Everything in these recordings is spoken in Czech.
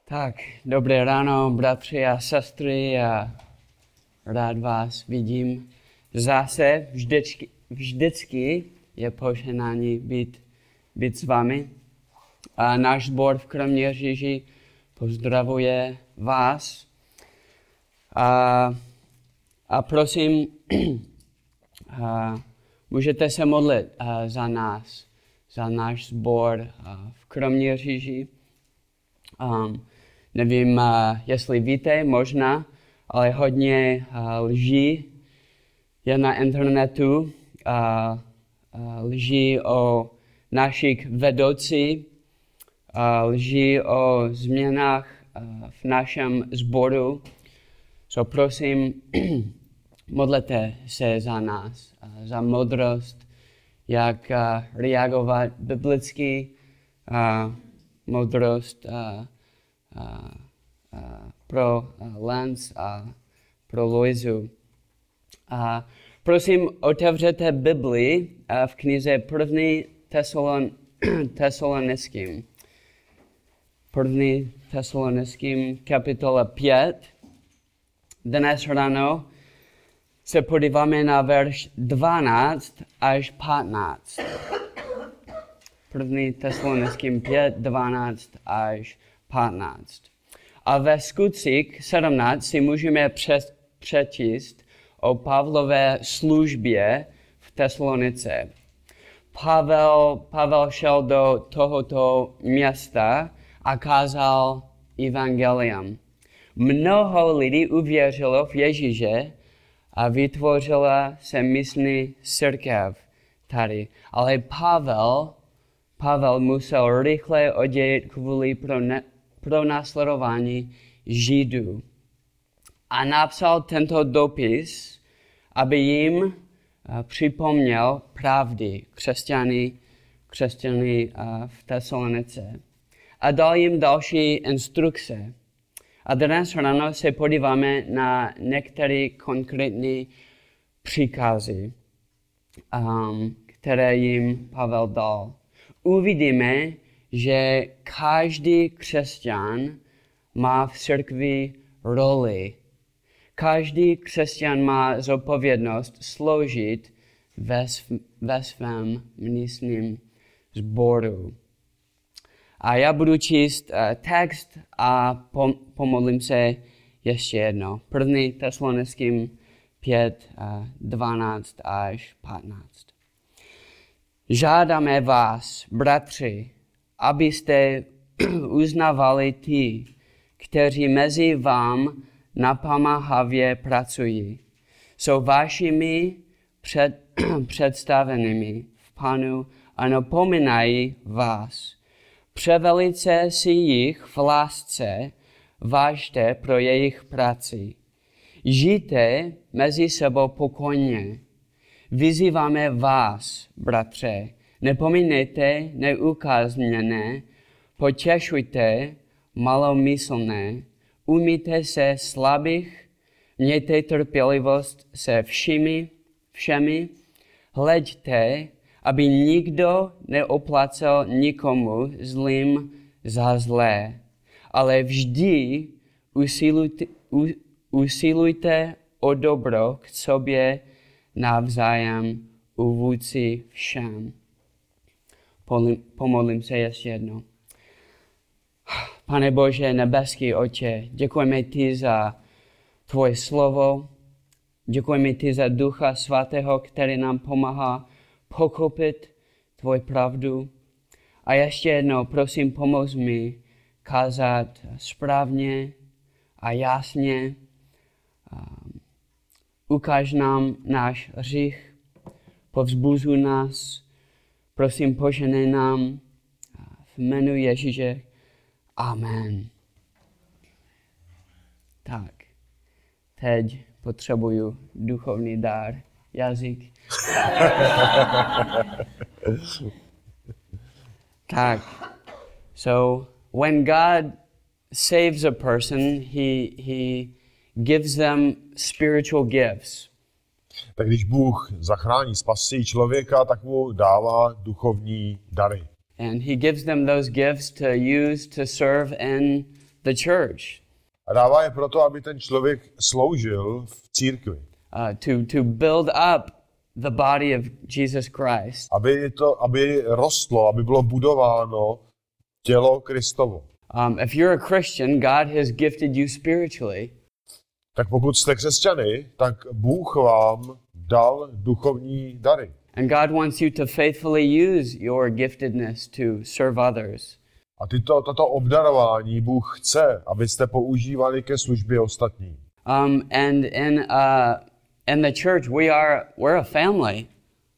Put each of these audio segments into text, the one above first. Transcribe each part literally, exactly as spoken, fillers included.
Tak, dobré ráno, bratři a sestry, a rád vás vidím. Zase vždycky, vždycky je požehnání být, být s vámi. A náš sbor v Kroměříži pozdravuje vás. A, a prosím, a můžete se modlit a za nás, za náš sbor v Kroměříži. Um, nevím, uh, jestli víte, možná, ale hodně uh, lží je na internetu. Uh, uh, lží o našich vedoucích, uh, lží o změnách uh, v našem sboru. So prosím, modlete se za nás, uh, za moudrost, jak uh, reagovat biblicky, uh, moudrost uh, uh, uh, pro uh, Lance a pro Loizu. Uh, prosím, otevřete Bibli uh, v knize první Tesalon, Tesalonickým. První Tesalonickým, kapitola pět. Dnes ráno se podíváme na verš dvanáct až patnáct. První Tesalonickým pět, dvanáct až patnáct. A ve skutcích sedmnáct si můžeme přečíst o Pavlové službě v Tesalonice. Pavel, Pavel šel do tohoto města a kázal evangelium. Mnoho lidí uvěřilo v Ježíše a vytvořila se místní církev tady. Ale Pavel Pavel musel rychle odejít kvůli pronásledování Židů. A napsal tento dopis, aby jim uh, připomněl pravdy křesťany, křesťany uh, v Tesalonice. A dal jim další instrukce. A dnes ráno se podíváme na některé konkrétní příkazy, um, které jim Pavel dal. Uvidíme, že každý křesťan má v církvi roli. Každý křesťan má zodpovědnost sloužit ve, sv- ve svém místním sboru. A já budu číst uh, text a pom- pomodlím se ještě jedno. První Tesalonickým pět, dvanáct až patnáct. Žádáme vás, bratři, abyste uznávali ty, kteří mezi vám napomáhavě pracují. Jsou vašimi před, představenými v Pánu a napomínají vás. Převelice si jich v lásce vážte pro jejich práci. Žijte mezi sebou pokojně. Vyzýváme vás, bratře, nepomínejte neukázněné, potěšujte malomyslné, umíte se slabých, mějte trpělivost se všemi, všemi, hleďte, aby nikdo neoplácel nikomu zlým za zlé, ale vždy usilujte, usilujte o dobro k sobě navzájem u vůdci všem. Pomodlím se ještě jednou. Pane Bože, nebeský Otče, děkujeme ti za tvoje slovo, děkujeme ti za Ducha Svatého, který nám pomáhá pochopit tvoji pravdu. A ještě jednou, prosím, pomoz mi kázat správně a jasně. Ukáž nám náš hřích, povzbuzuj nás, prosím, poženej nám v jménu Ježíše. Amen. Tak, teď potřebuju duchovní dar, jazyk. Tak, so when God saves a person, he he gives them spiritual gifts. Tak když Bůh zachrání, spasí člověka, tak mu dává duchovní dary. And he gives them those gifts to use to serve in the church. A dává je proto, aby ten člověk sloužil v církvi. Uh, to, to build up the body of Jesus Christ. Aby to, aby rostlo, aby bylo budováno tělo Kristovo. Um, if you're a Christian, God has gifted you spiritually. Tak pokud jste křesťany, tak Bůh vám dal duchovní dary. And God wants you to faithfully use your giftedness to serve others. A tyto, toto obdarování Bůh chce, abyste používali ke službě ostatním. Um, and in, uh, in the church, we are, we're a family.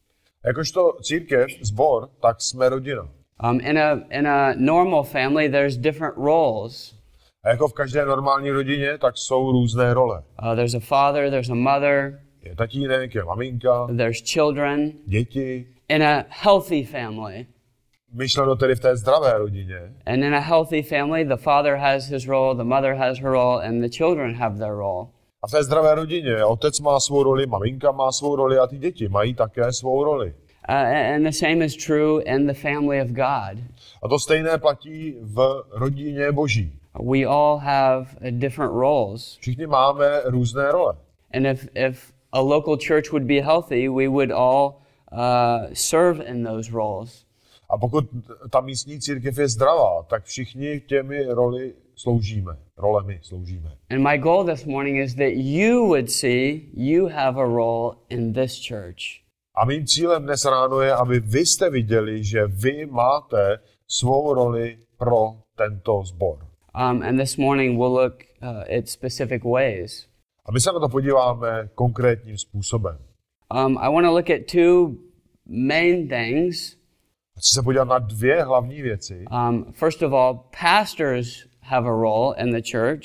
Jakožto církev, sbor, tak jsme rodina. Um, in a, in a normal family, there's different roles. A jako v každé normální rodině, tak jsou různé role. Uh, there's a father, there's a mother, Je tatínek, je maminka, there's children. děti. In a healthy family, Myšleno tedy v té zdravé rodině. and in a healthy family, the father has his role, the mother has her role, and the children have their role. A v té zdravé rodině otec má svou roli, maminka má svou roli a ty děti mají také svou roli. Uh, and the same is true in the family of God. A to stejné platí v rodině Boží. We all have uh, different roles. Všichni máme různé role. And if, if a local church would be healthy, we would all uh, serve in those roles. A pokud ta místní církev je zdravá, tak všichni těmi roli sloužíme, rolemi sloužíme. And my goal this morning is that you would see you have a role in this church. A mým cílem dnes ráno je, aby vy jste viděli, že vy máte svou roli pro tento sbor. Um, and this morning we'll look uh, at specific ways. A my se na to podíváme konkrétním způsobem. Um, I want to look at two main things. Chci se podívat na dvě hlavní věci. Um, first of all, pastors have a role in the church.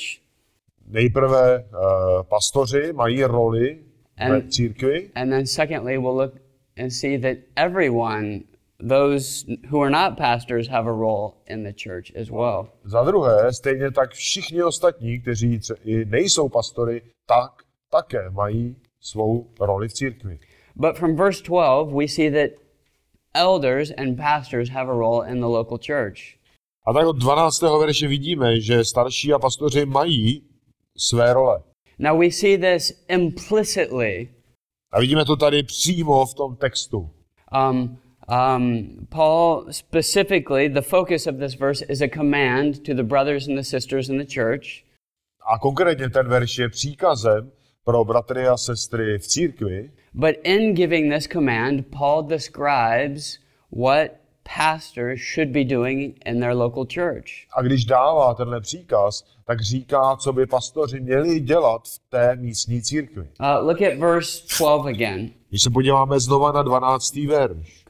Nejprve uh, pastoři mají roli ve And- církvi. And then secondly, we'll look and see that everyone, those who are not pastors, have a role in the church as well. Za druhé, stejně tak všichni ostatní, kteří tře- i nejsou pastory, tak také mají svou roli v církvi. But from verse twelve, we see that elders and pastors have a role in the local church. A tak od dvanáctého verše vidíme, že starší a pastoři mají své role. Now we see this implicitly. A vidíme to tady přímo v tom textu. Um, um, Paul specifically, the focus of this verse is a command to the brothers and the sisters in the church. A konkrétně ten verš je příkazem pro bratry a sestry v církvi. But in giving this command, Paul describes what pastors should be doing in their local church. A když dává tenhle příkaz, tak říká, co by pastoři měli dělat v té místní církvi. Uh, look at verse twelve again. Když se podíváme znova na dvanáctý verš.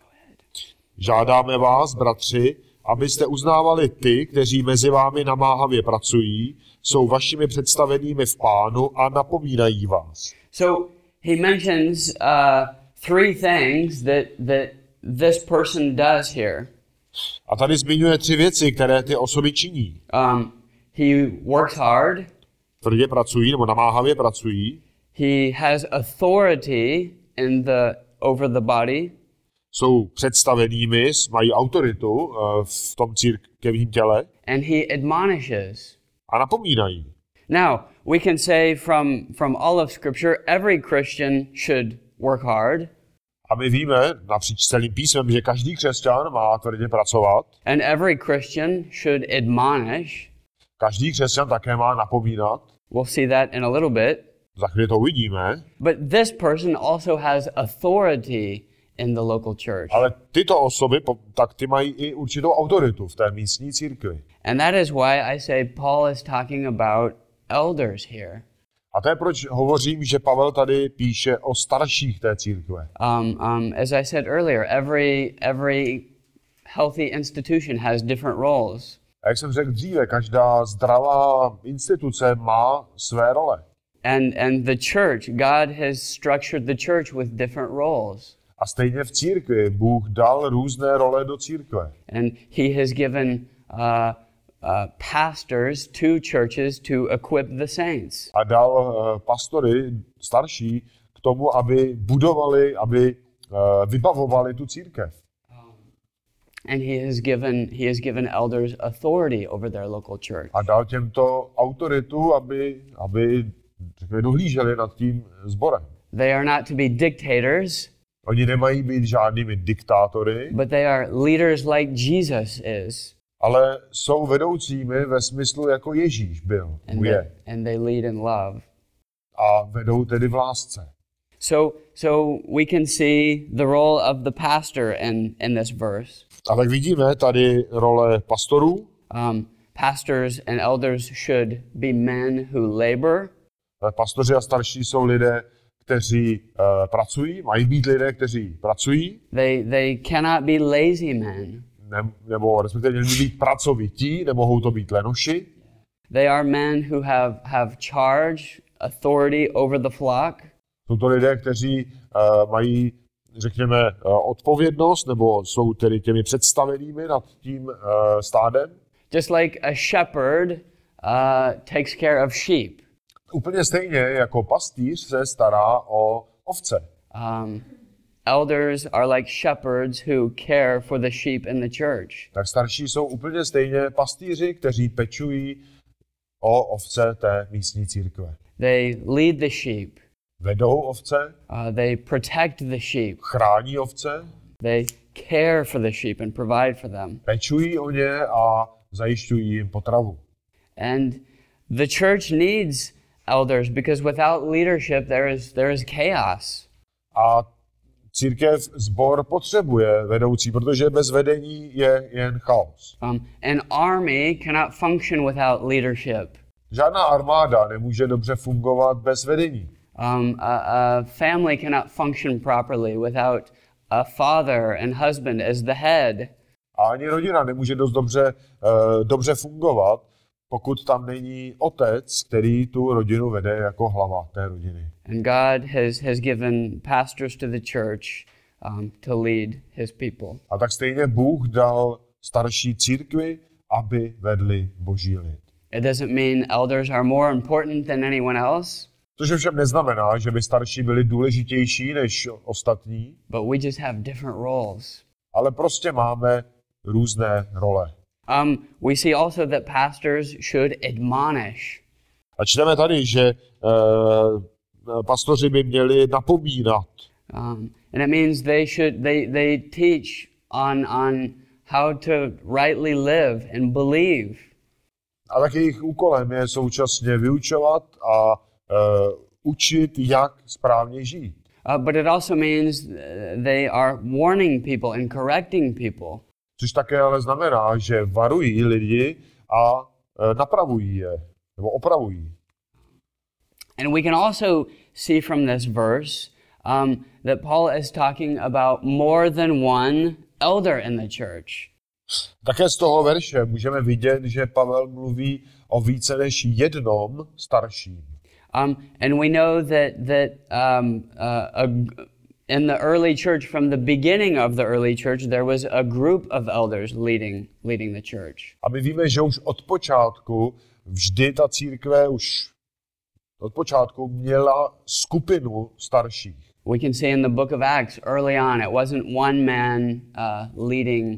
Žádáme vás, bratři, abyste uznávali ty, kteří mezi vámi namáhavě pracují, jsou vašimi představenými v Pánu a napomínají vás. So he mentions uh, three things that, that this person does here. A tady zmiňuje tři věci, které ty osoby činí. Um, he works hard. Tvrdě pracují nebo namáhavě pracují. He has authority in the over the body. Jsou představenými, mají autoritu uh, v tom církevním těle And he admonishes. a napomínají. Now, we can say from, from all of Scripture, every Christian should work hard. A my víme napříč celým písmem, že každý křesťan má tvrdě pracovat. And every Christian should admonish. Každý křesťan také má napomínat. We'll see that in a little bit. Za chvíli to uvidíme. But this person also has authority in the local church. Ale tyto osoby, tak ty mají i určitou autoritu v té místní církvi. And that is why I say Paul is talking about elders here. A to je proč hovořím, že Pavel tady píše o starších té církve. Um, um, as I said earlier, every, every healthy institution has different roles. A jak jsem řekl dříve, každá zdravá instituce má své role. And, and the church, God has structured the church with different roles. A stejně v církvi Bůh dal různé role do církve. And he has given uh, uh, pastors to churches to equip the saints. A dal uh, pastory starší k tomu, aby budovali, aby uh, vybavovali tu církev. And he has given he has given elders authority over their local church. A dal těmto autoritu, aby, aby řekněme, dohlíželi nad tím sborem. They are not to be dictators, Oni nemají být žádnými diktátory, but they are leaders like Jesus is. ale jsou vedoucími ve smyslu, jako Ježíš byl, And je. they, and they lead in love. A vedou tedy v lásce. So so we can see the role of the pastor in, in this verse. A tak vidíme tady role pastorů. Um, pastors and elders should be men who labor. Pastoři a starší jsou lidé, kteří uh, pracují, mají být lidé, kteří pracují, They they cannot be lazy men. ne, nebo respektive měli být pracovití, nemohou to být lenoši. They are men who have, have charge, authority over the flock. Jsou to lidé, kteří uh, mají, řekněme, uh, odpovědnost, nebo jsou tedy těmi představenými nad tím uh, stádem. Just like a shepherd uh, takes care of sheep. Úplně stejně jako pastýř se stará o ovce. Um, elders are like shepherds who care for the sheep in the church. Tak starší jsou úplně stejně pastýři, kteří pečují o ovce té místní církve. They lead the sheep. Vedou ovce, Uh, they protect the sheep. chrání ovce, They care for the sheep and provide for them. pečují o ně a zajišťují jim potravu. And the church needs elders because without leadership there is there is chaos. A církev, sbor potřebuje vedoucí, protože bez vedení je jen chaos. Um, an army cannot function without leadership. Žádná armáda nemůže dobře fungovat bez vedení. Um, a, a family cannot function properly without a father and husband as the head. A ani rodina nemůže dost dobře, uh, dobře fungovat, pokud tam není otec, který tu rodinu vede jako hlava té rodiny. And God has, has given pastors to the church um, to lead his people. A tak stejně Bůh dal starší církvi, aby vedli Boží lid. It doesn't mean elders are more important than anyone else, Což ovšem neznamená, že by starší byli důležitější než ostatní, but we just have different roles. ale prostě máme různé role. Um, we see also that pastors should admonish. A čteme tady, že uh, pastoři by měli napomínat. Um, and it means they should they they teach on on how to rightly live and believe. A tak jejich úkolem je současně vyučovat a uh, učit, jak správně žít. Uh, but it also means uh, they are warning people and correcting people. Což také ale znamená, že varují lidi a uh, napravují je, nebo opravují. And we can also see from this verse um, that Paul is talking about more than one elder in the church. Také z toho verše můžeme vidět, že Pavel mluví o více než jednom starším. Um, and we know that that um, uh, a, in the early church, from the beginning of the early church, there was a group of elders leading leading the church. A my víme, že už od počátku vždy ta církve už od počátku měla skupinu starších. We can see in the book of Acts early on, it wasn't one man uh, leading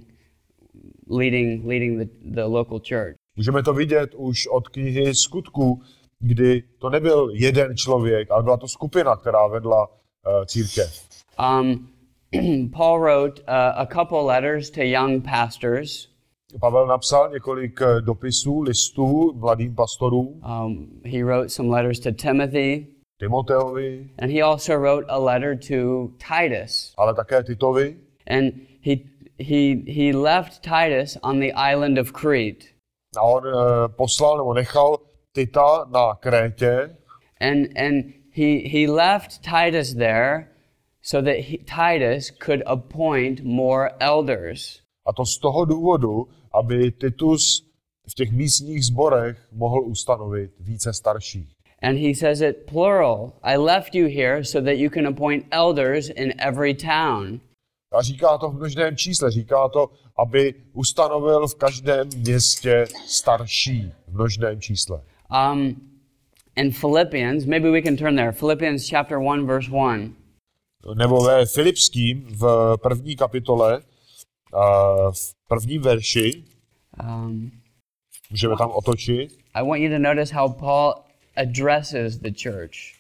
leading leading the, the local church. Můžeme to vidět už od knihy Skutků, kdy to nebyl jeden člověk, ale byla to skupina, která vedla uh, církev. Um, Paul wrote uh, a couple letters to young pastors. Pavel napsal několik uh, dopisů, listů mladým pastorům, Um, he wrote some letters to Timothy, Timoteovi, and he also wrote a letter to Titus. ale také Titovi. And he he he left Titus on the island of Crete. A on uh, poslal nebo nechal Tita na Krétě. And and he he left Titus there so that he, Titus could appoint more elders. A to z toho důvodu, aby Titus v těch místních sborech mohl ustanovit více starších. And he says it plural. I left you here so that you can appoint elders in every town. A říká to v množném čísle, říká to, aby ustanovil v každém městě starší v množném čísle. Um, in Philippians, maybe we can turn there. Philippians chapter one, verse one. Nebo ve Filipským v první kapitole uh, v prvním verši, Um, můžeme tam otočit, I want you to notice how Paul addresses the church.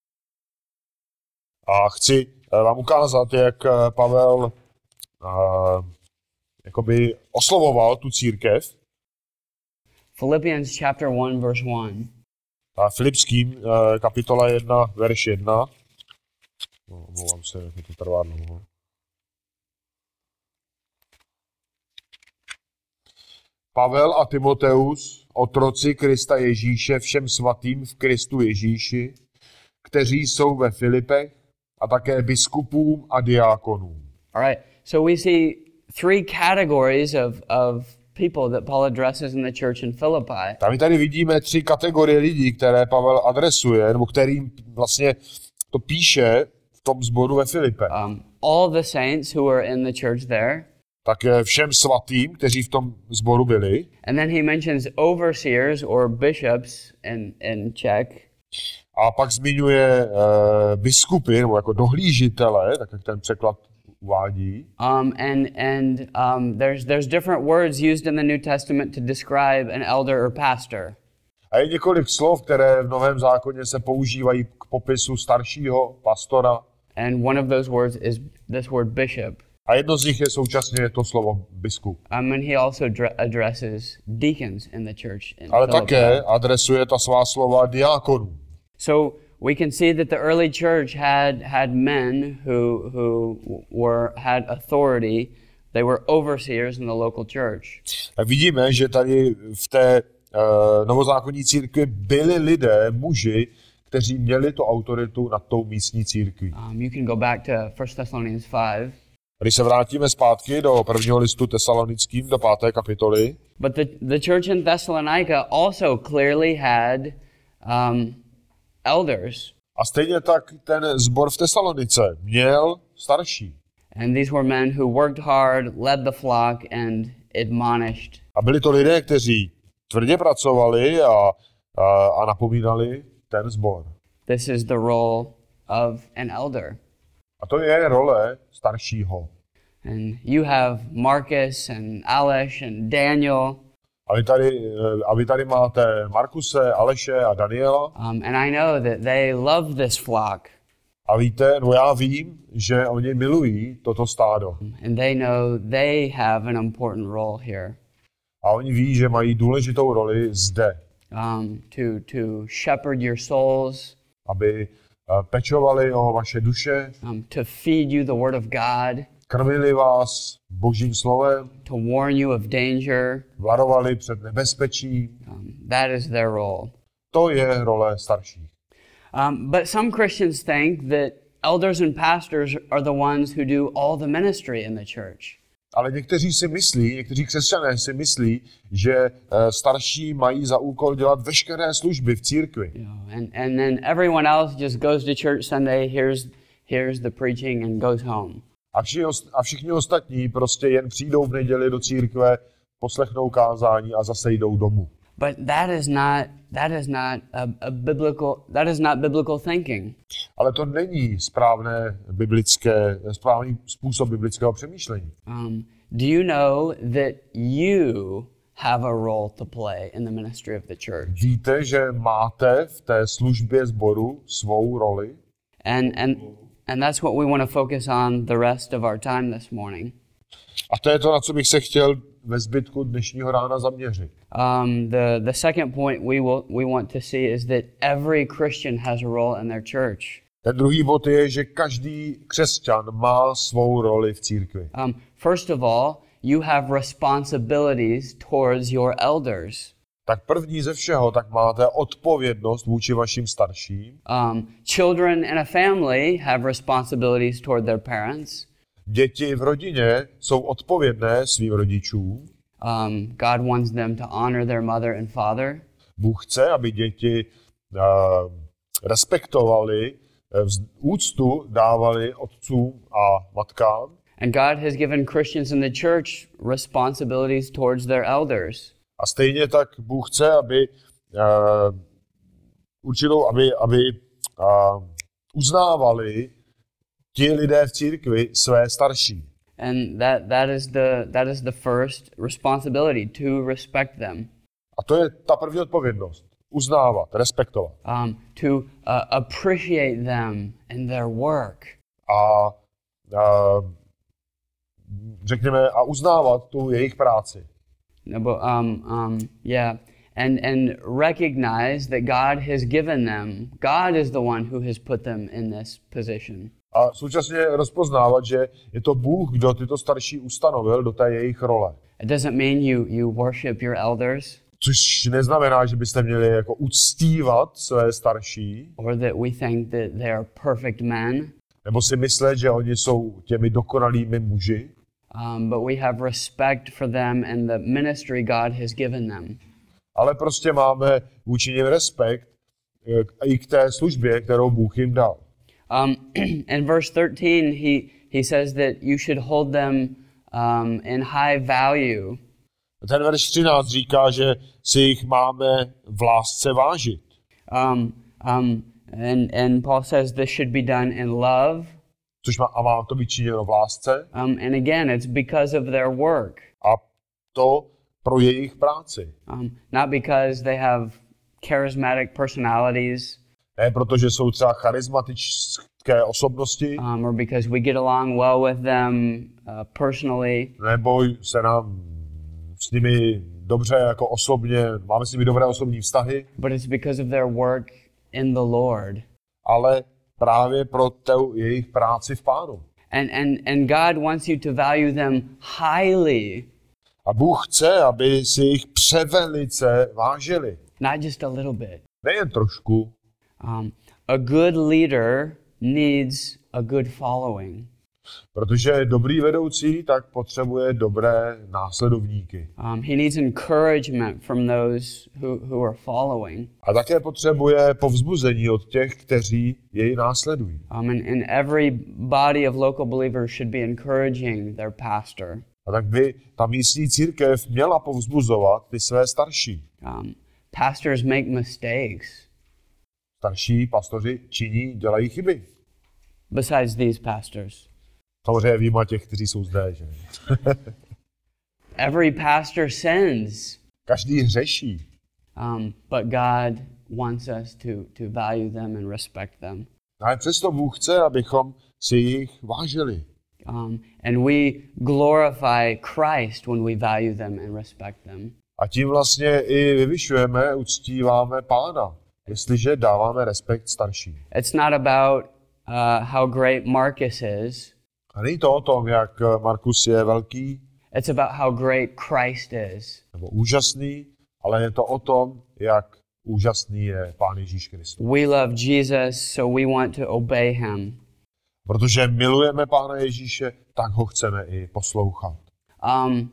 a chci uh, vám ukázat, jak uh, Pavel uh, jakoby oslovoval tu církev. Philippians chapter one, verse one. A Filipským uh, kapitola jedna, verš jedna. No, omlouvám se, jak mi to trvá dlouho. Pavel a Timoteus, otroci Krista Ježíše, všem svatým v Kristu Ježíši, kteří jsou ve Filipech, a také biskupům a diákonům. All right. So we see three categories of, of people that Paul addresses in the church in Philippi. A my tady vidíme tři kategorie lidí, které Pavel adresuje, nebo kterým vlastně to píše v tom sboru ve Filipe. Um, all the saints who were in the church there. Tak všem svatým, kteří v tom sboru byli. And then he mentions overseers or bishops in, in Czech. A pak zmiňuje uh, biskupy, nebo jako dohlížitele, tak jak ten překlad uvádí. Um, and and um, there's there's different words used in the New Testament to describe an elder or pastor. A je několik slov, které v Novém zákoně se používají k popisu staršího pastora. And one of those words is this word bishop. A jedno z nich je současně to slovo biskup. Um, and he also dr- addresses deacons in the church in Ale Philippi. také adresuje ta svá slova diákonů. So we can see that the early church had had men who who were had authority. They were overseers in the local church. Tak vidíme, že tady v té uh, novozákonní církvi byli lidé, muži, kteří měli tu autoritu nad tou místní církví. Um, you can go back to First Thessalonians five. Když se vrátíme zpátky do prvního listu Tesalonickým, do páté kapitoly, But the the church in Thessalonica also clearly had um, elders. a stejně tak ten sbor v Tesalonice měl starší. And these were men who worked hard, led the flock, and admonished. A byli to lidé, kteří tvrdě pracovali a, a, a napomínali ten sbor. This is the role of an elder. A to je role staršího. And you have Marcus and Aleš and Daniel. A vy tady, a vy tady máte Markuse, Aleše a Daniela. Um, and I know that they love this flock. A víte, no já vím, že oni milují toto stádo. And they know they have an important role here. A oni ví, že mají důležitou roli zde. Um, to, to shepherd your souls. Aby pečovali o vaše duše. Um, to feed you the word of God. Krmili vás Božím slovem. To warn you of danger. Varovali před nebezpečím. Um, that is their role. To je role starších. Um, but some Christians think that elders and pastors are the ones who do all the ministry in the church. Ale někteří si myslí, někteří křesťané si myslí, že starší mají za úkol dělat veškeré služby v církvi. You know, and, and then everyone else just goes to church Sunday, hears, hears the preaching and goes home. A všichni, a všichni ostatní prostě jen přijdou v neděli do církve, poslechnou kázání a zase jdou domů. But that is not that is not a, a biblical that is not biblical thinking. Ale to není správné biblické, správný způsob biblického přemýšlení. Um, do you know that you have a role to play in the ministry of the church? Víte, že máte v té službě sboru svou roli? And and and that's what we want to focus on the rest of our time this morning. A to je to, na co bych se chtěl ve zbytku dnešního rána zaměřit. Um, the the second point we will we want to see is that every Christian has a role in their church. Ten druhý bod je, že každý křesťan má svou roli v církvi. Um, first of all, you have responsibilities towards your elders. Tak první ze všeho, tak máte odpovědnost vůči vašim starším. Um, children in a family have responsibilities toward their parents. Děti v rodině jsou odpovědné svým rodičům. Um, God wants them to honor their mother and father. Bůh chce, aby děti uh, respektovali, uh, úctu dávali otcům a matkám. And God has given Christians in the church responsibilities towards their elders. A stejně tak Bůh chce, aby uh, určitou, aby, aby uh, uznávali ti lidé v církvi své starší. And that, that is the that is the first responsibility, to respect them. A to je ta první odpovědnost. Uznávat, respektovat. Um, to uh, appreciate them and their work. A, a řekněme, a uznávat tu jejich práci. Nebo, um, um, yeah, and and recognize that God has given them. God is the one who has put them in this position. A současně rozpoznávat, že je to Bůh, kdo tyto starší ustanovil do té jejich role. It doesn't mean you you worship your elders. Což neznamená, že byste měli jako uctívat své starší. Or that we think that they are perfect men. Nebo si myslet, že oni jsou těmi dokonalými muži. Um, but we have respect for them and the ministry God has given them. Ale prostě máme vůči nim respekt i k té službě, kterou Bůh jim dal. Um, in verse thirteen, he, he says that you should hold them um, in high value. Ten verš třináct říká, že si jich máme v lásce vážit. Um, um, and, and Paul says this should be done in love. Což má, a má to být činěno v lásce. Um, and again, it's because of their work. A to pro jejich práci. Um, not because they have charismatic personalities. Ne protože jsou třeba charismatické osobnosti. Um, or because we get along well with them uh, personally. Nebo se nám s nimi dobře jako osobně, máme s nimi dobré osobní vztahy. But it's because of their work in the Lord. Ale právě pro tu jejich práci v Pánu. And, and, and God wants you to value them highly. A Bůh chce, aby si jich převelice vážili. Not just a little bit. Nejen trošku. Um, a good leader needs a good following. Protože dobrý vedoucí tak potřebuje dobré následovníky. Um, he needs encouragement from those who, who are following. A také potřebuje povzbuzení od těch, kteří jej následují. Um, and, and every body of local believers should be encouraging their pastor. A tak by ta místní církev měla povzbuzovat ty své starší. Um, pastors make mistakes. Starší pastoři činí, dělají chyby. Besides these pastors. Samozřejmě výjima těch, kteří jsou zde. Že? Every pastor sins. Každý hřeší. Um, but God wants us to, to value them and respect them. Ale přesto Bůh chce, abychom si jich vážili. Um, and we glorify Christ when we value them and respect them. A tím vlastně i vyvyšujeme, uctíváme Pána, jestliže dáváme respekt starším. It's not about uh, how great Marcus is. A není to o tom, jak Markus je velký, It's about how great Christ is. nebo úžasný, ale je to o tom, jak úžasný je Pán Ježíš Kristus. We love Jesus, so we want to obey him. Protože milujeme Pána Ježíše, tak ho chceme i poslouchat. Um,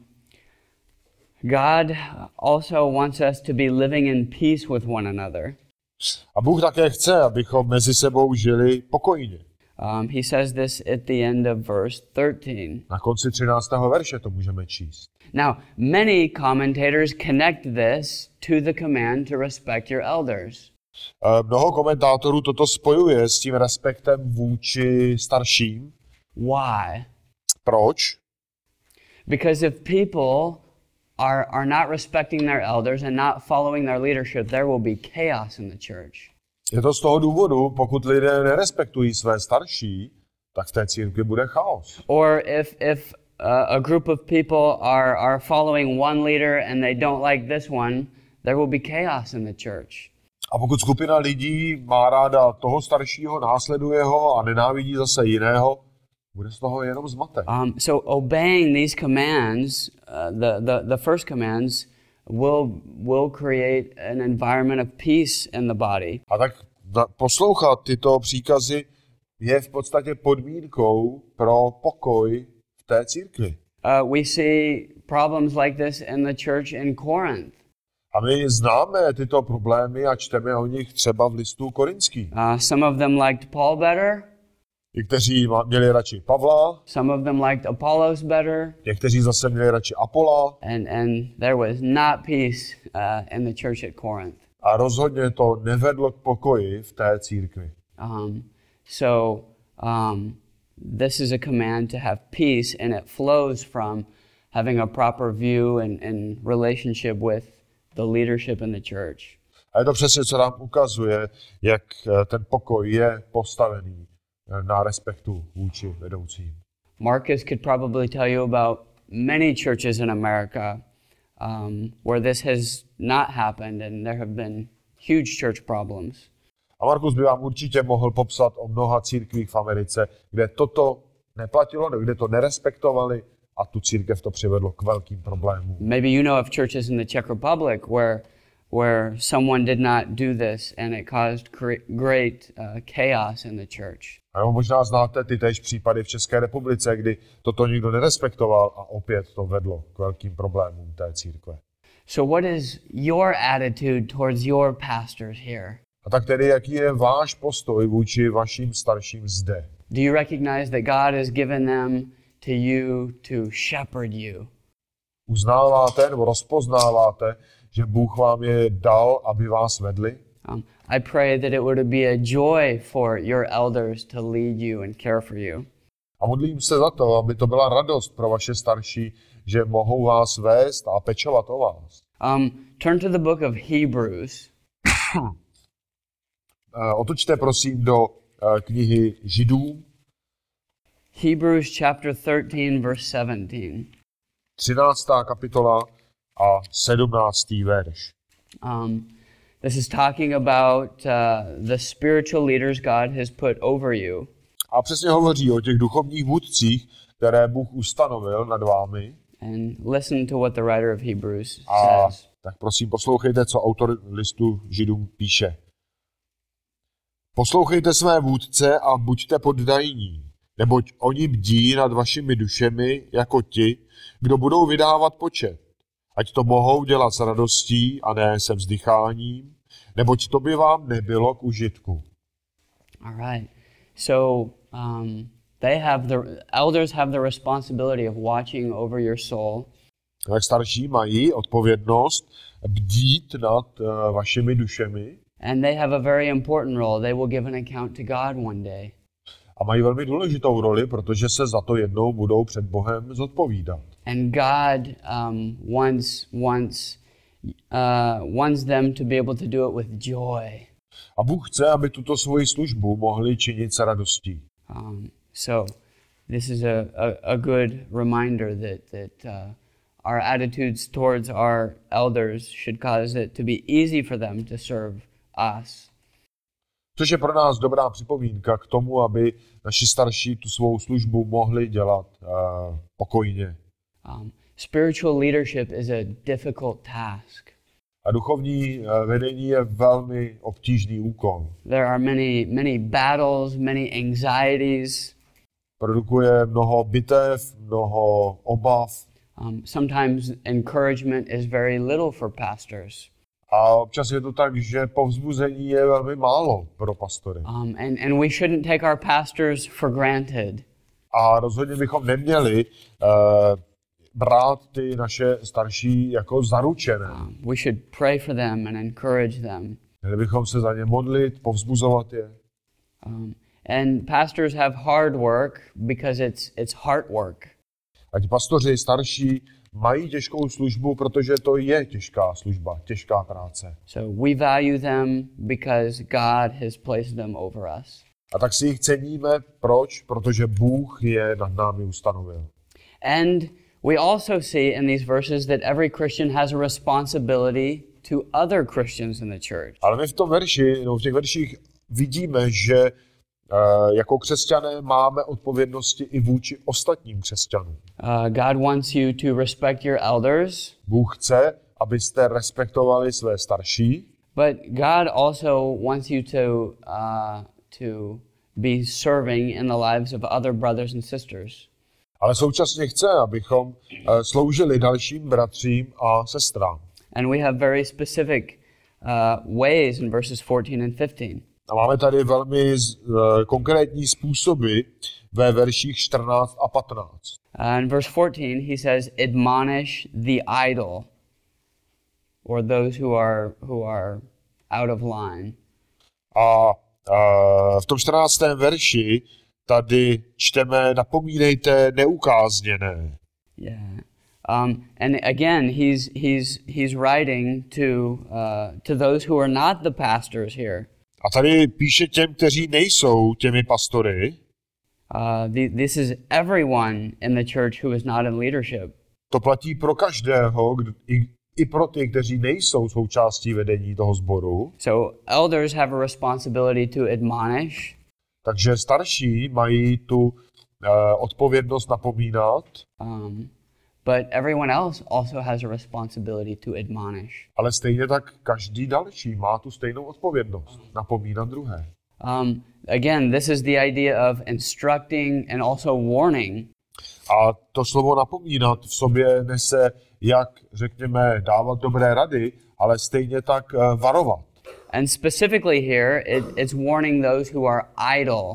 God also wants us to be living in peace with one another. A Bůh také chce, abychom mezi sebou žili pokojně. Um, he says this at the end of verse thirteen. Na konci třináctého verše to můžeme číst. Now, many commentators connect this to the command to respect your elders. E, mnoho komentátorů toto spojuje s tím respektem vůči starším. Why? Proč? Because if people are, are not respecting their elders and not following their leadership, there will be chaos in the church. Je to z toho důvodu, pokud lidé nerespektují své starší, tak v té církvi bude chaos. Or if, if uh, a group of people are, are following one leader and they don't like this one, there will be chaos in the church. A pokud skupina lidí má ráda toho staršího, následuje ho a nenávidí zase jiného, bude z toho jenom zmatek. Um, so obeying these commands, uh, the, the, the first commands, will, will create an environment of peace in the body. A tak poslouchat tyto příkazy je v podstatě podmínkou pro pokoj v té církvi. Uh, we see problems like this in the church in Corinth. A my známe tyto problémy a čteme o nich třeba v listu Korinských. Uh, some of them liked Paul better. Někteří měli radši Pavla, Some of them liked Apollos better. někteří zase měli radši Apola And, and there was not peace uh, in the church at Corinth. a rozhodně to nevedlo k pokoji v té církvi. Um, so um, this is a command to have peace, and it flows from having a proper view and, and relationship with the leadership in the church. A je to přesně, co nám ukazuje, jak ten pokoj je postavený na respektu vůči vedoucím. Marcus could probably tell you about many churches in America um, where this has not happened and there have been huge church problems. A Markus by vám určitě mohl popsat o mnoha církvích v Americe, kde toto neplatilo, kde to nerespektovali a tu církev to přivedlo k velkým problémům. Maybe you know of churches in the Czech Republic where where someone did not do this and it caused great uh, chaos in the church. A možná znáte ty též případy v České republice, kdy toto nikdo nerespektoval a opět to vedlo k velkým problémům té církve. So what is your attitude towards your pastors here? A tak tedy, jaký je váš postoj vůči vašim starším zde? Do you recognize that God has given them to you to shepherd you? Uznáváte nebo rozpoznáváte, že Bůh vám je dal, aby vás vedli? Um, I pray that it would be a joy for your elders to lead you and care for you. A modlím se za to, aby to byla radost pro vaše starší, že mohou vás vést a pečovat o vás. Um, turn to the book of Hebrews. uh, otočte prosím do uh, knihy Židům. Hebrews chapter thirteen verse seventeen. třináctá kapitola a sedmnáctý verš. Um, this is talking about uh, the spiritual leaders God has put over you. A přesně hovoří o těch duchovních vůdcích, které Bůh ustanovil nad vámi. And listen to what the writer of Hebrews a says. Tak prosím, poslouchejte, co autor listu Židům píše. Poslouchejte své vůdce a buďte poddajní, neboť oni bdí nad vašimi dušemi jako ti, kdo budou vydávat počet. Ať to mohou dělat s radostí a ne se vzdycháním, neboť to by vám nebylo k užitku. All right. So um, they have the elders have the responsibility of watching over your soul. Tak starší mají odpovědnost bdít nad uh, vašimi dušemi. And they have a very important role. They will give an account to God one day. A mají velmi důležitou roli, protože se za to jednou budou před Bohem zodpovídat. And God um, wants wants uh, wants them to be able to do it with joy. A Bůh chce, aby tuto svoji službu mohli činit s radostí. Um, so this is a, a, a good reminder that that uh, our attitudes towards our elders should cause it to be easy for them to serve us. Což je pro nás dobrá připomínka k tomu, aby naši starší tu svou službu mohli dělat uh, pokojně. Um, spiritual leadership is a difficult task. A duchovní uh, vedení je velmi obtížný úkol. There are many many battles, many anxieties. Produkuje mnoho bitev, mnoho obav. Um, sometimes encouragement is very little for pastors. A občas je to tak, že povzbuzení je velmi málo pro pastory. Um, and, and we shouldn't take our pastors for granted. A rozhodně bychom neměli uh, brát ty naše starší jako zaručené. Um, we should pray for them and encourage them. Měli bychom se za ně modlit, povzbuzovat je. Um, and pastors have hard work because it's it's heart work. Ať pastoři starší mají těžkou službu, protože to je těžká služba, těžká práce. So we value them because God has placed them over us. A tak si jich ceníme. Proč? Protože Bůh je nad námi ustanovil. And we also see in these verses that every Christian has a responsibility to other Christians in the church. Ale my v tom verši, no v těch verších vidíme, že uh, jako křesťané máme odpovědnosti i vůči ostatním křesťanům. Uh, God wants you to respect your elders. Bůh chce, abyste respektovali své starší. But God also wants you to uh, to be serving in the lives of other brothers and sisters. Ale současně chce, abychom uh, sloužili dalším bratřím a sestrám. And we have very specific uh, ways in verses fourteen and fifteen. A máme tady velmi uh, konkrétní způsoby ve verších čtrnáct a patnáct. Uh, in verse fourteen, he says, "Admonish the idle," or those who are who are out of line. A uh, v tom čtrnáctém verši tady čteme, napomínejte neukázněné. Yeah. Um, and again, he's he's he's writing to uh, to those who are not the pastors here. A tady píše těm, kteří nejsou těmi pastory. Uh, the, this is everyone in the church who is not in leadership. To platí pro každého, kdo, i, i pro ty, kteří nejsou součástí vedení toho sboru. So elders have a responsibility to admonish. Takže starší mají tu uh, odpovědnost napomínat. Um, but everyone else also has a responsibility to admonish. Ale stejně tak každý další má tu stejnou odpovědnost napomínat druhé. Um, again, this is the idea of instructing and also warning. A to slovo napomínat v sobě nese, jak řekněme, dávat dobré rady, ale stejně tak uh, varovat. And specifically here, it, it's warning those who are idle.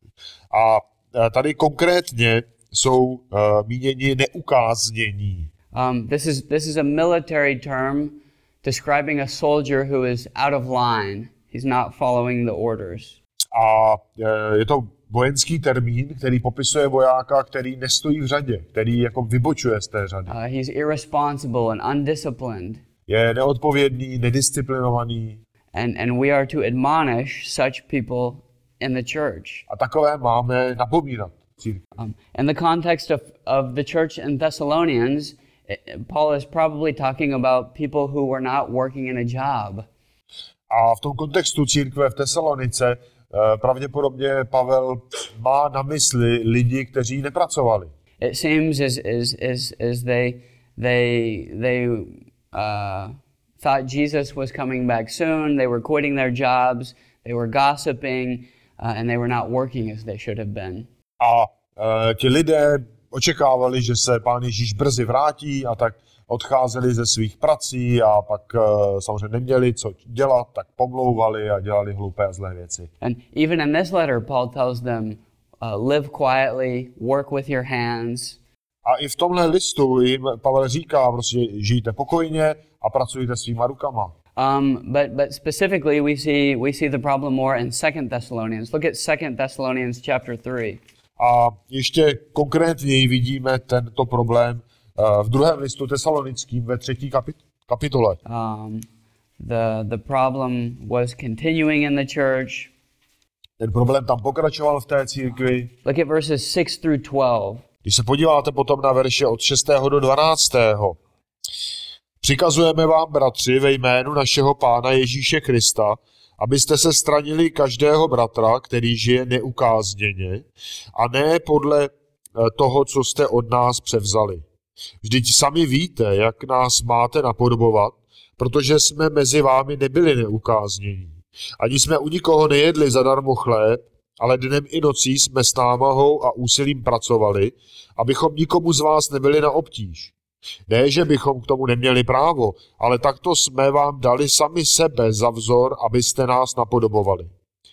A uh, tady konkrétně jsou uh, míněni neukáznění. Um, this is this is a military term describing a soldier who is out of line. He's not following the orders. A uh, je to vojenský termín, který popisuje vojáka, který nestojí v řadě, který jako vybočuje z té řady. Uh, he's irresponsible and undisciplined. Je neodpovědný, nedisciplinovaný. And and we are to admonish such people in the church. A takové máme napomínat. Um, in the context of, of the church in Thessalonians, Paul is probably talking about people who were not working in a job. A v tom kontextu církve v Tesalonice pravděpodobně Pavel má na mysli lidi, kteří nepracovali. It seems as as as as they they they uh, thought Jesus was coming back soon. They were quitting their jobs. They were gossiping, uh, and they were not working as they should have been. A uh, ti lidé očekávali, že se Pán Ježíš brzy vrátí, a tak odcházeli ze svých prací a pak uh, samozřejmě neměli co dělat, tak pomlouvali a dělali hloupé a zlé věci. And even in this letter, Paul tells them, uh, live quietly, work with your hands. A i v tomhle listu jim Pavel říká, prostě žijte pokojně a pracujte svýma rukama. Um, but but specifically, we see we see the problem more in Second Thessalonians. Look at Second Thessalonians chapter three. A ještě konkrétněji vidíme tento problém uh, v druhém listu Tesalonickým ve třetí kapit- kapitole. Um, the the problem was continuing in the church. Ten problém tam pokračoval v té církvi. Look at verses six through twelve. Když se podíváte potom na verše od šestého do dvanáctého. Přikazujeme vám, bratři, ve jménu našeho Pána Ježíše Krista, abyste se stranili každého bratra, který žije neukázněně, a ne podle toho, co jste od nás převzali. Vždyť sami víte, jak nás máte napodobovat, protože jsme mezi vámi nebyli neukáznění. Ani jsme u nikoho nejedli zadarmo chléb, ale dnem i nocí jsme s námahou a úsilím pracovali, abychom nikomu z vás nebyli na obtíž. Ne, že bychom k tomu neměli právo, ale takto jsme vám dali sami sebe za vzor, abyste nás napodobovali.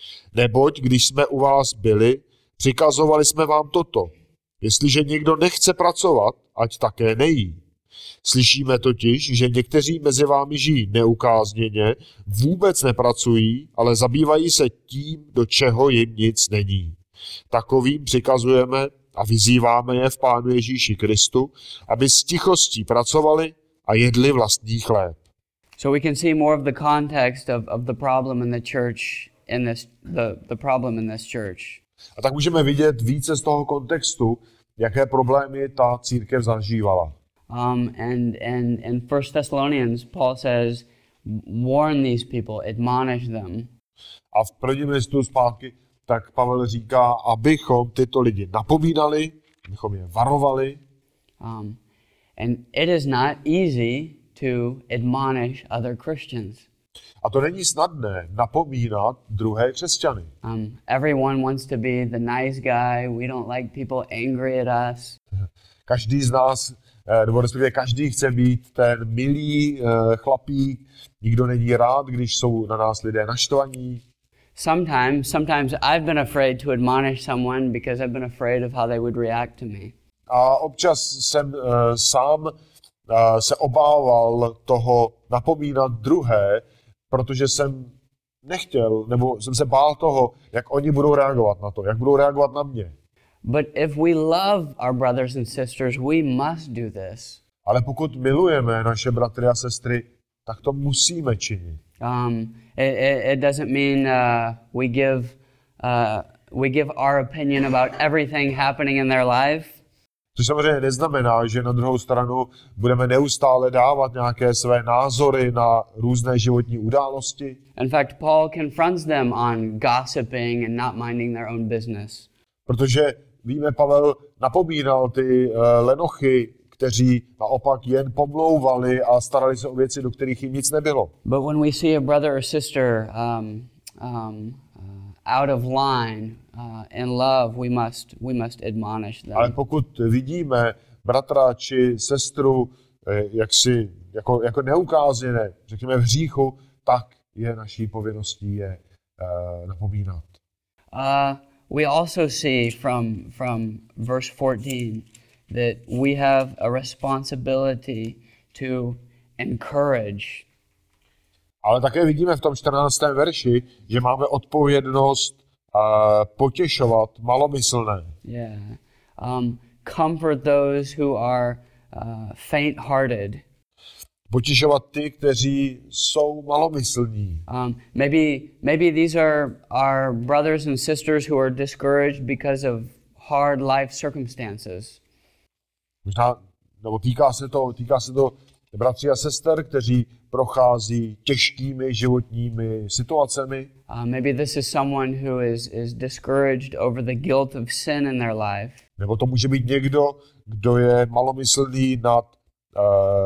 Neboť, když jsme u vás byli, přikazovali jsme vám toto. Jestliže někdo nechce pracovat, ať také nejí. Slyšíme totiž, že někteří mezi vámi žijí neukázněně, vůbec nepracují, ale zabývají se tím, do čeho jim nic není. Takovým přikazujeme a vyzýváme je v Pánu Ježíši Kristu, aby s tichostí pracovali a jedli vlastní chléb. So we can see more of the context of, of the problem in the church in this the, the problem in this church. A tak můžeme vidět více z toho kontextu, jaké problémy ta církev zažívala. Um, and and in First Thessalonians, Paul says, warn these people, admonish them. A v prvním listu zpátky tak Pavel říká, abychom tyto lidi napomínali, abychom je varovali. Um, and it is not easy to admonish other Christians. A to není snadné napomínat druhé křesťany. Um, everyone wants to be the nice guy. We don't like people angry at us. Každý z nás, nebo respektive každý chce být ten milý chlapík. Nikdo není rád, když jsou na nás lidé naštvaní. Sometimes, sometimes I've been afraid to admonish someone because I've been afraid of how they would react to me. A občas jsem uh, sám uh, se obával toho napomínat druhé, protože jsem nechtěl, nebo jsem se bál toho, jak oni budou reagovat na to, jak budou reagovat na mě. But if we love our brothers and sisters, we must do this. Ale pokud milujeme naše bratry a sestry, tak to musíme činit. Um, it, it, it doesn't mean uh, we give uh, we give our opinion about everything happening in their life. Což samozřejmě neznamená, že na druhou stranu budeme neustále dávat nějaké své názory na různé životní události. In fact, Paul confronts them on gossiping and not minding their own business. Protože víme, Pavel napomínal ty uh, lenochy, kteří naopak jen pomlouvali a starali se o věci, do kterých jim nic nebylo. But when we see a brother or sister um, um, uh, out of line uh, in love, we must we must admonish them. Ale pokud vidíme bratra či sestru eh, jaksi, jako, jako neukázané, řekněme v hříchu, tak je naší povinností je uh, napomínat. Uh, we also see from from verse fourteen that we have a responsibility to encourage. Ale také vidíme v tom čtrnáctém verši, že máme odpovědnost uh, potěšovat malomyslné. Yeah. Um, comfort those who are uh, faint-hearted. Potěšovat ty, kteří jsou malomyslní. Um, maybe maybe these are our brothers and sisters who are discouraged because of hard life circumstances. Možná, nebo týká se to, týká se to bratří a sester, kteří prochází těžkými životními situacemi. Uh, maybe this is someone who is is discouraged over the guilt of sin in their life. Nebo to může být někdo, kdo je malomyslný nad uh,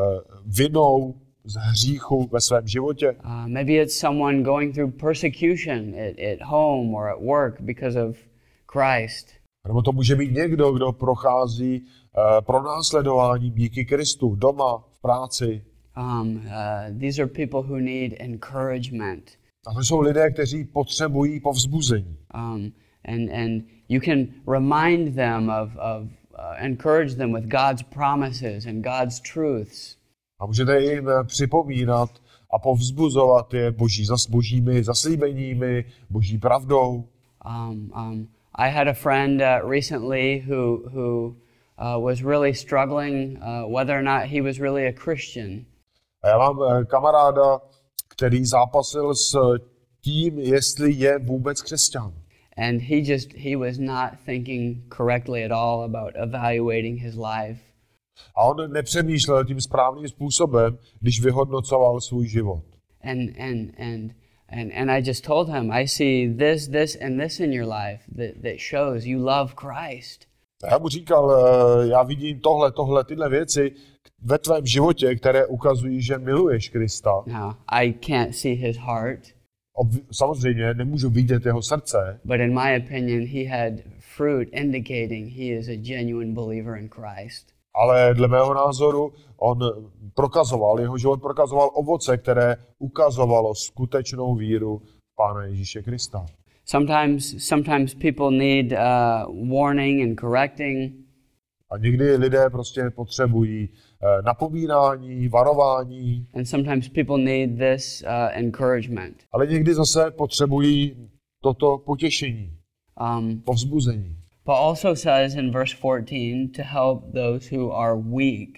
vinou z hříchu ve svém životě. Uh, maybe it's someone going through persecution at, at home or at work because of Christ. Nebo to může být někdo, kdo prochází uh, pronásledování díky Kristu doma, v práci. Um, uh, these are people who need encouragement. A to jsou lidé, kteří potřebují povzbuzení. Um, and and you can remind them of of uh, encourage them with God's promises and God's truths. A můžete jim připomínat a povzbuzovat je boží, zas, božími zaslíbeními, boží pravdou. Um, um, I had a friend uh, recently who who uh, was really struggling uh, whether or not he was really a Christian. A já mám kamaráda, který zápasil s tím, jestli je vůbec křesťan. And he just he was not thinking correctly at all about evaluating his life. A on nepřemýšlel tím správným způsobem, když vyhodnocoval svůj život. And and and and and I just told him, I see this, this, and this in your life that, that shows you love Christ. A já mu říkal, já vidím tohle, tohle, tyhle věci ve tvém životě, které ukazují, že miluješ Krista. Now, I can't see his heart. Obvi- samozřejmě nemůžu vidět jeho srdce, But in my opinion, he had fruit indicating he is a genuine believer in Christ. ale dle mého názoru on prokazoval, jeho život prokazoval ovoce, které ukazovalo skutečnou víru v Pána Ježíše Krista. Sometimes, sometimes people need uh, warning and correcting. A někdy lidé prostě potřebují uh, napomínání, varování. And sometimes people need this uh, encouragement. Ale někdy zase potřebují toto potěšení, Um, povzbuzení. Paul also says in verse fourteen to help those who are weak.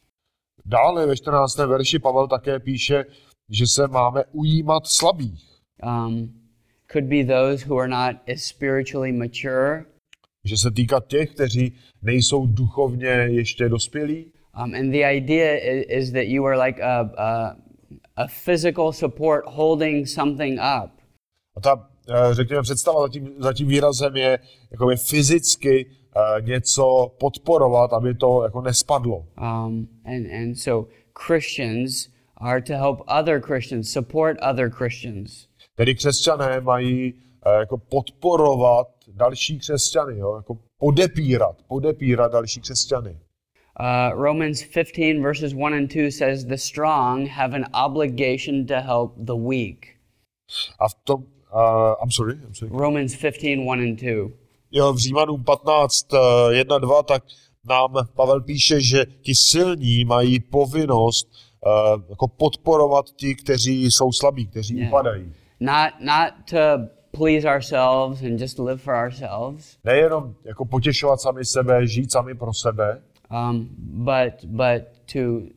Dále ve čtrnáctém verši Pavel také píše, že se máme ujímat slabých. Um, could be those who are not as spiritually mature. Že se týká těch, kteří nejsou duchovně ještě dospělí. Um, and the idea is, is that you are like a, a, a physical support holding something up. A ta, řekněme, představa za tím, za tím výrazem je jakoby fyzicky uh, něco podporovat, aby to jako nespadlo. Um, and, and so Christians are to help other Christians, support other Christians. Tedy křesťané mají uh, jako podporovat další křesťany, jo? Jako podepírat, podepírat další křesťany. Uh, Romans fifteen verses one and two says the strong have an obligation to help the weak. A v tom, uh, I'm sorry, I'm sorry. Romans fifteen one and two. Jo, v Římanům patnáct jedna dva, tak nám Pavel píše, že ti silní mají povinnost uh, jako podporovat ti, kteří jsou slabí, kteří Yeah. upadají. not not to please ourselves and just live for ourselves. Nejenom jako potěšovat sami sebe, žít sami pro sebe, Um, but but to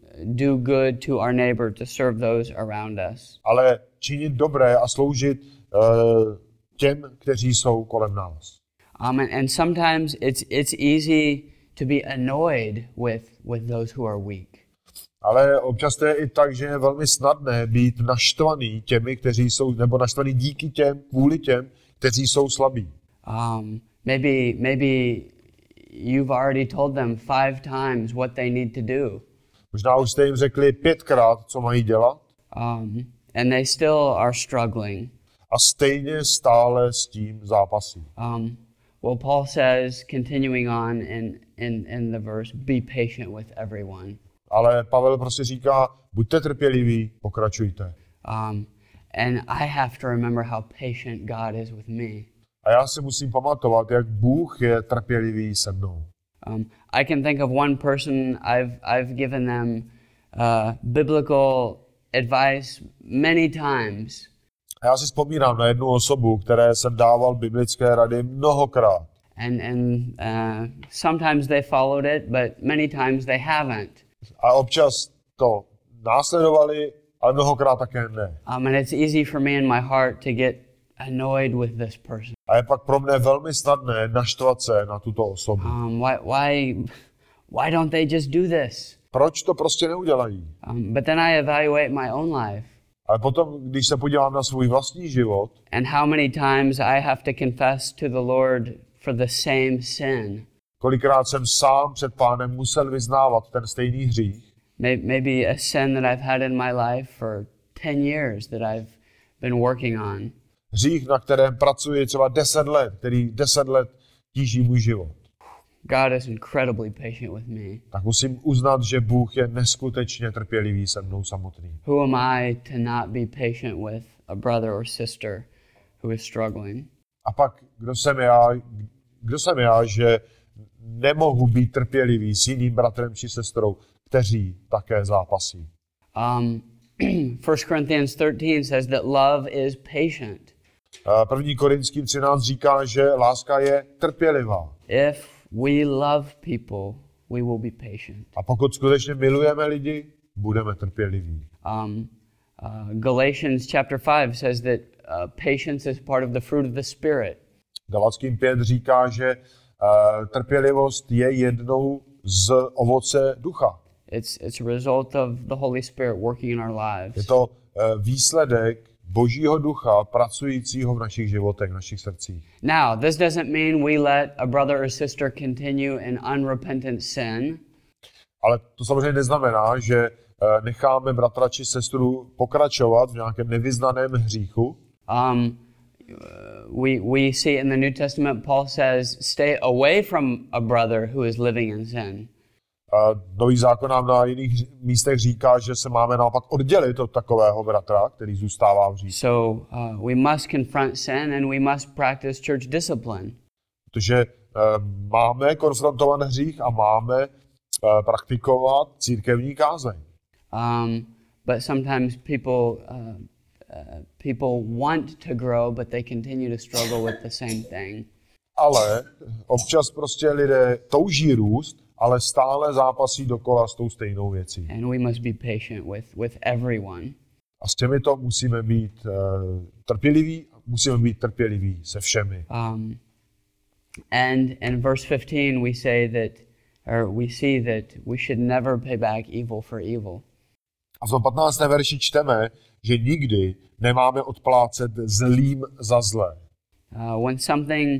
do good to our neighbor, to serve those around us. ale činit dobré a sloužit uh, těm, kteří jsou kolem nás. Um, and, and sometimes it's it's easy to be annoyed with with those who are weak. Ale občas to je i tak, že je velmi snadné být naštvaný těmi, kteří jsou, nebo naštvaný díky těm, kvůli těm, kteří jsou slabí. Um, maybe maybe you've already told them five times what they need to do. Možná už jste jim řekli pětkrát, co mají dělat, Um, and they still are struggling. a stejně stále s tím zápasí. Um, well, Paul says, continuing on in, in, in the verse, be patient with everyone. Ale Pavel prostě říká, buďte trpěliví, pokračujte. Um, and I have to remember how patient God is with me. A já si musím pamatovat, jak Bůh je trpělivý se mnou. Um, I can think of one person, I've, I've given them uh, biblical advice many times. A já si vzpomínám na jednu osobu, které jsem dával biblické rady mnohokrát. And, and uh, sometimes they followed it, but many times they haven't. A občas to následovali, ale mnohokrát také ne. Um, and it's easy for me in my heart to get annoyed with this person. A je pak pro mě velmi snadné naštvat se na tuto osobu. Um, why, why, why don't they just do this? Proč to prostě neudělají? Um, but then I evaluate my own life Ale potom, když se podívám na svůj vlastní život, and how many times I have to confess to the Lord for the same sin. kolikrát jsem sám před Pánem musel vyznávat ten stejný hřích. Maybe a sin that I've had in my life for ten years that I've been working on. Hřích, na kterém pracuji třeba deset let, který deset let tíží můj život. God is incredibly patient with me. Tak musím uznat, že Bůh je neskutečně trpělivý se mnou samotný. Who am I to not be patient with a brother or sister who is struggling? A pak, kdo jsem já, kdo jsem já, že nemohu být trpělivý s jiným bratrem či sestrou, kteří také zápasí. Um, First Corinthians thirteen says that love is patient. První Korinským třináct říká, že láska je trpělivá. If we love people, we will be patient. A pokud skutečně milujeme lidi, budeme trpěliví. Um, uh, Galatians chapter five says that uh, patience is part of the fruit of the Spirit. Galackým pět říká, že uh, trpělivost je jednou z ovoce ducha. It's, it's a result of the Holy Spirit working in our lives. Je to uh, výsledek Božího ducha pracujícího v našich životech, v našich srdcích. Now, this doesn't mean we let a brother or sister continue in unrepentant sin. Ale to samozřejmě neznamená, že uh, necháme bratra či sestru pokračovat v nějakém nevyznaném hříchu. Um, we, we see in the New Testament, Paul says, stay away from a brother who is living in sin. Uh, Nový zákon nám na jiných místech říká, že se máme naopak oddělit od takového bratra, který zůstává v hříchu. So uh, we must confront sin and we must practice church discipline. Protože uh, máme konfrontovat hřích a máme uh, praktikovat církevní kázeň. Um, but sometimes people uh, uh, people want to grow, but they continue to struggle with the same thing. Ale občas prostě lidé touží růst, ale stále zápasí dokola s tou stejnou věcí. And we must be patient with, with everyone. A s těmito musíme být uh, trpěliví, musíme být trpěliví se všemi. Um, and in verse fifteen we say that, or we see that we should never pay back evil for evil. A v tom patnáctém verši čteme, že nikdy nemáme odplácet zlým za zlé. Uh, when something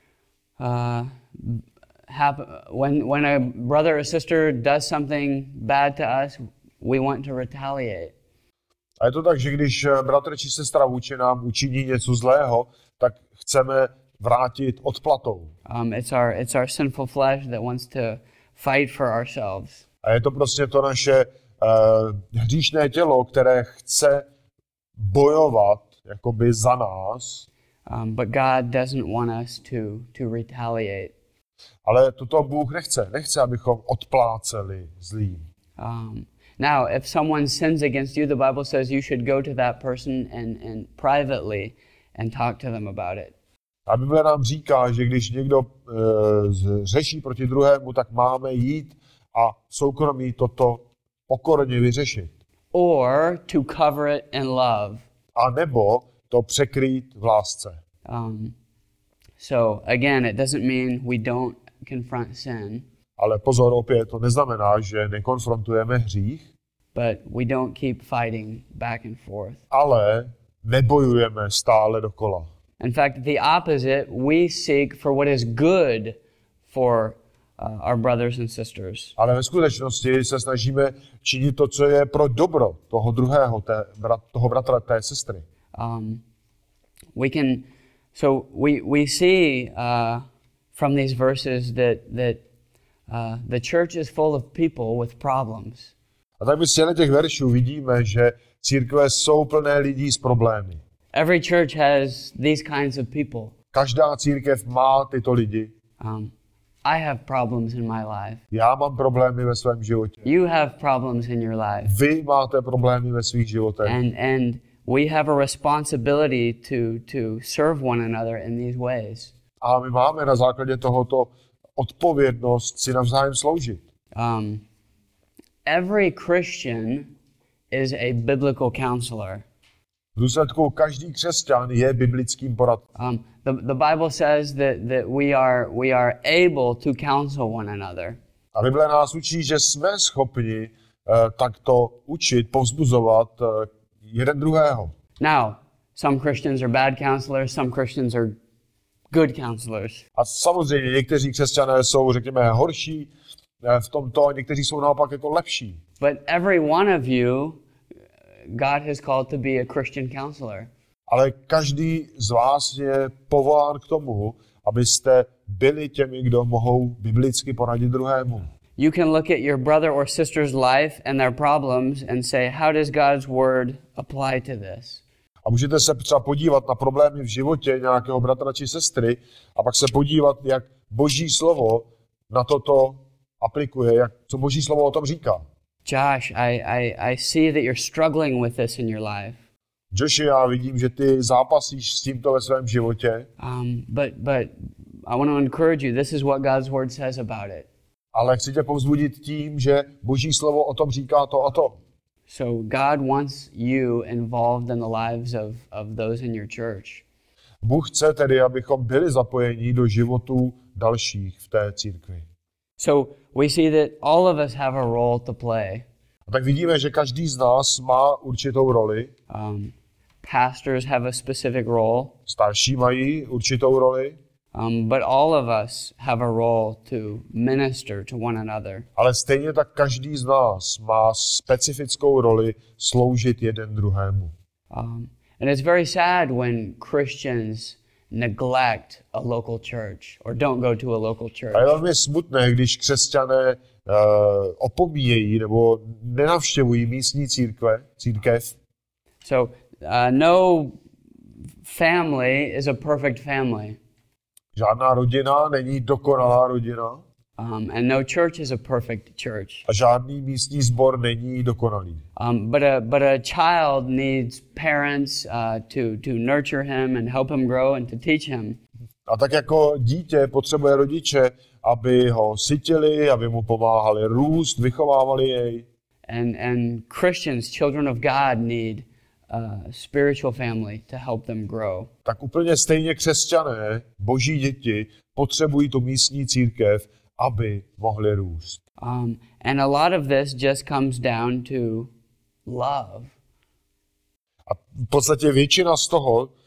uh, happen, when when a brother or sister does something bad to us, we want to retaliate. A je to tak, že když bratr či sestra vůči nám učiní něco zlého, tak chceme vrátit odplatou. Um, it's our it's our sinful flesh that wants to fight for ourselves. A je to prostě to naše uh, hříšné tělo, které chce bojovat jakoby za nás. Um, but God doesn't want us to to retaliate. Ale toto Bůh nechce. Nechce, abychom odpláceli zlým. Um, Now, if someone sins against you, the Bible says you should go to that person and, and privately and talk to them about it. A Bible nám říká, že když někdo e, řeší proti druhému, tak máme jít a v soukromí toto pokorně vyřešit. Or to cover it in love. A nebo to překrýt v lásce. Um, so, again, it doesn't mean we don't confront sin. Ale pozor, opět, to neznamená, že nekonfrontujeme hřích. But we don't keep fighting back and forth. Ale nebojujeme stále dokola. In fact, the opposite, we seek for what is good for uh, our brothers and sisters. Ale ve skutečnosti se snažíme činit to, co je pro dobro toho druhého, té, toho bratra, té sestry. Um, we can, so we we see uh, from these verses that that uh, the church is full of people with problems. A tak my z těch veršů vidíme, že církve jsou plné lidí s problémy. Every church has these kinds of people. Každá církev má tyto lidi. Um, I have problems in my life. Já mám problémy ve svém životě. You have problems in your life. Vy máte problémy ve svých životech. And and we have a responsibility to to serve one another in these ways. A my máme na základě tohoto odpovědnost si navzájem sloužit. Um, every Christian is a biblical counselor. V důsledku každý křesťan je biblickým poradcem. Um, the, the Bible says that, that we are we are able to counsel one another. A Bible nás učí, že jsme schopni uh, takto učit, povzbuzovat uh, jeden druhého. Now, some Christians are bad counselors, some Christians are good counselors. A samozřejmě někteří křesťané jsou, řekněme, horší uh, v tomto, a někteří jsou naopak jako lepší. But every one of you, God has called to be a Christian counselor. Ale každý z vás je povolán k tomu, abyste byli těmi, kdo mohou biblicky poradit druhému. You can look at your brother or sister's life and their problems and say, how does God's word apply to this? A můžete se třeba podívat na problémy v životě nějakého bratra či sestry a pak se podívat, jak Boží slovo na toto aplikuje, jak, co Boží slovo o tom říká. Josh, I, I, I see that you're struggling with this in your life. Joshi, já vidím, že ty zápasíš s tímto ve svém životě. Um, but, but I want to encourage you, this is what God's word says about it. Ale chci tě povzbudit tím, že Boží slovo o tom říká to a to. So God wants you involved in the lives of, of those in your church. Bůh chce tedy, abychom byli zapojeni do životů dalších v té církvi. So we see that all of us have a role to play. A tak vidíme, že každý z nás má určitou roli. Um, pastors have a specific role, Starší mají určitou roli. um, but all of us have a role to minister to one another. Ale stejně tak každý z nás má specifickou roli sloužit jeden druhému. Um, and it's very sad when Christians neglect a local church or don't go to a local church. A je velmi smutné, když křesťané uh, opomíjejí nebo nenavštěvují místní církve, církev. So uh, no family is a perfect family. Žádná rodina není dokonalá rodina. Um, and no church is a perfect church. A žádný místní sbor není dokonalý. Um, but a but a child needs parents uh, to to nurture him and help him grow and to teach him. A tak jako dítě potřebuje rodiče, aby ho sytili, aby mu pomáhali růst, vychovávali jej. And and Christians, children of God, need a spiritual family to help them grow. Tak úplně stejně křesťané, boží děti, potřebují tu místní církev, aby mohli růst. Um, and a lot of this just comes down to love. A v podstatě většina z toho uh,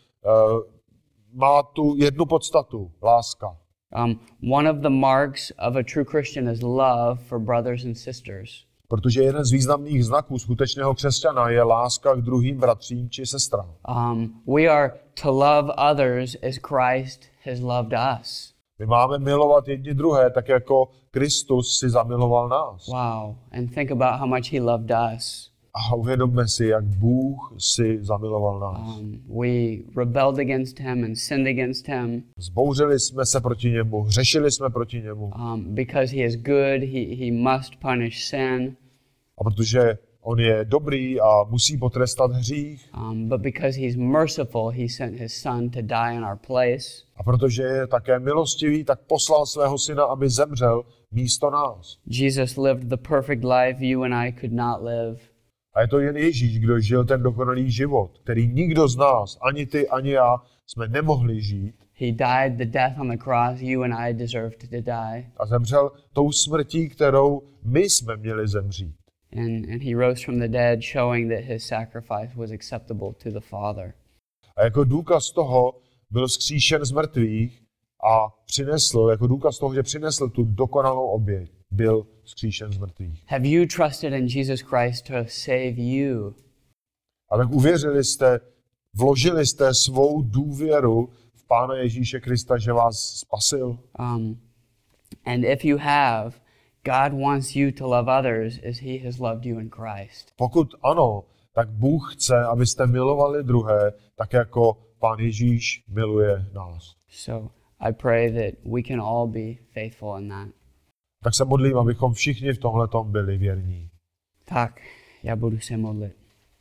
má tu jednu podstatu, láska. Um, one of the marks of a true Christian is love for brothers and sisters. Protože jeden z významných znaků skutečného křesťana je láska k druhým bratřím či sestrám. Um, we are to love others as Christ has loved us. My máme milovat jedni druhé, tak jako Kristus si zamiloval nás. Wow. And think about how much he loved us. A uvědomme si, jak Bůh si zamiloval nás. Um, we rebelled against him and sinned against him. Zbouřili jsme se proti němu, hřešili jsme proti němu. Um, because he is good, he, he must punish sin. A protože on je dobrý a musí potrestat hřích. Um, but because he's merciful, he sent his son to die in our place. A protože je také milostivý, tak poslal svého syna, aby zemřel místo nás. Jesus lived the perfect life you and I could not live. A je to jen Ježíš, kdo žil ten dokonalý život, který nikdo z nás, ani ty, ani já, jsme nemohli žít. He died the death on the cross you and I deserved to die. A zemřel tou smrtí, kterou my jsme měli zemřít. And, and he rose from the dead, showing that his sacrifice was acceptable to the Father. A jako důkaz toho byl vzkříšen z mrtvých a přinesl, jako důkaz toho, že přinesl tu dokonalou oběť, byl vzkříšen z mrtvých. Have you trusted in Jesus Christ to save you? A tak uvěřili jste, vložili jste svou důvěru v Pána Ježíše Krista, že vás spasil? Um, and if you have, God wants you to love others as he has loved you in Christ. Pokud ano, tak Bůh chce, abyste milovali druhé, tak jako Pán Ježíš miluje nás. So I pray that we can all be faithful in that. Tak se modlím, abychom všichni v tomhletom byli věrní. Tak, já budu se modlit.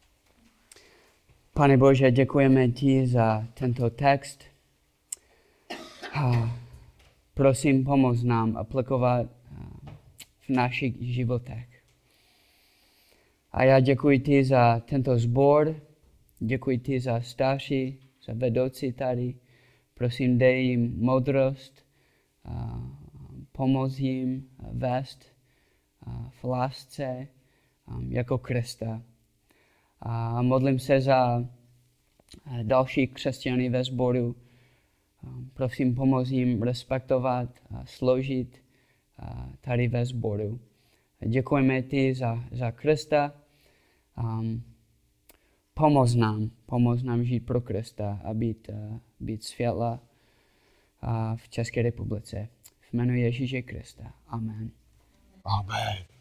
Pane Bože, děkujeme ti za tento text. A prosím, pomoz nám aplikovat v našich životech. A já děkuji ti za tento sbor, děkuji ti za starší, za vedoucí tady. Prosím, dej jim moudrost, pomoz jim vést v lásce jako Krista. A modlím se za další křesťany ve sboru. Prosím, pomoz jim respektovat a sloužit tady ve sboru. Děkujeme ti za, za Krista. Um, pomoz nám, pomoz nám žít pro Krista a být, uh, být světla uh, v České republice. V jménu Ježíše Krista. Amen. Amen.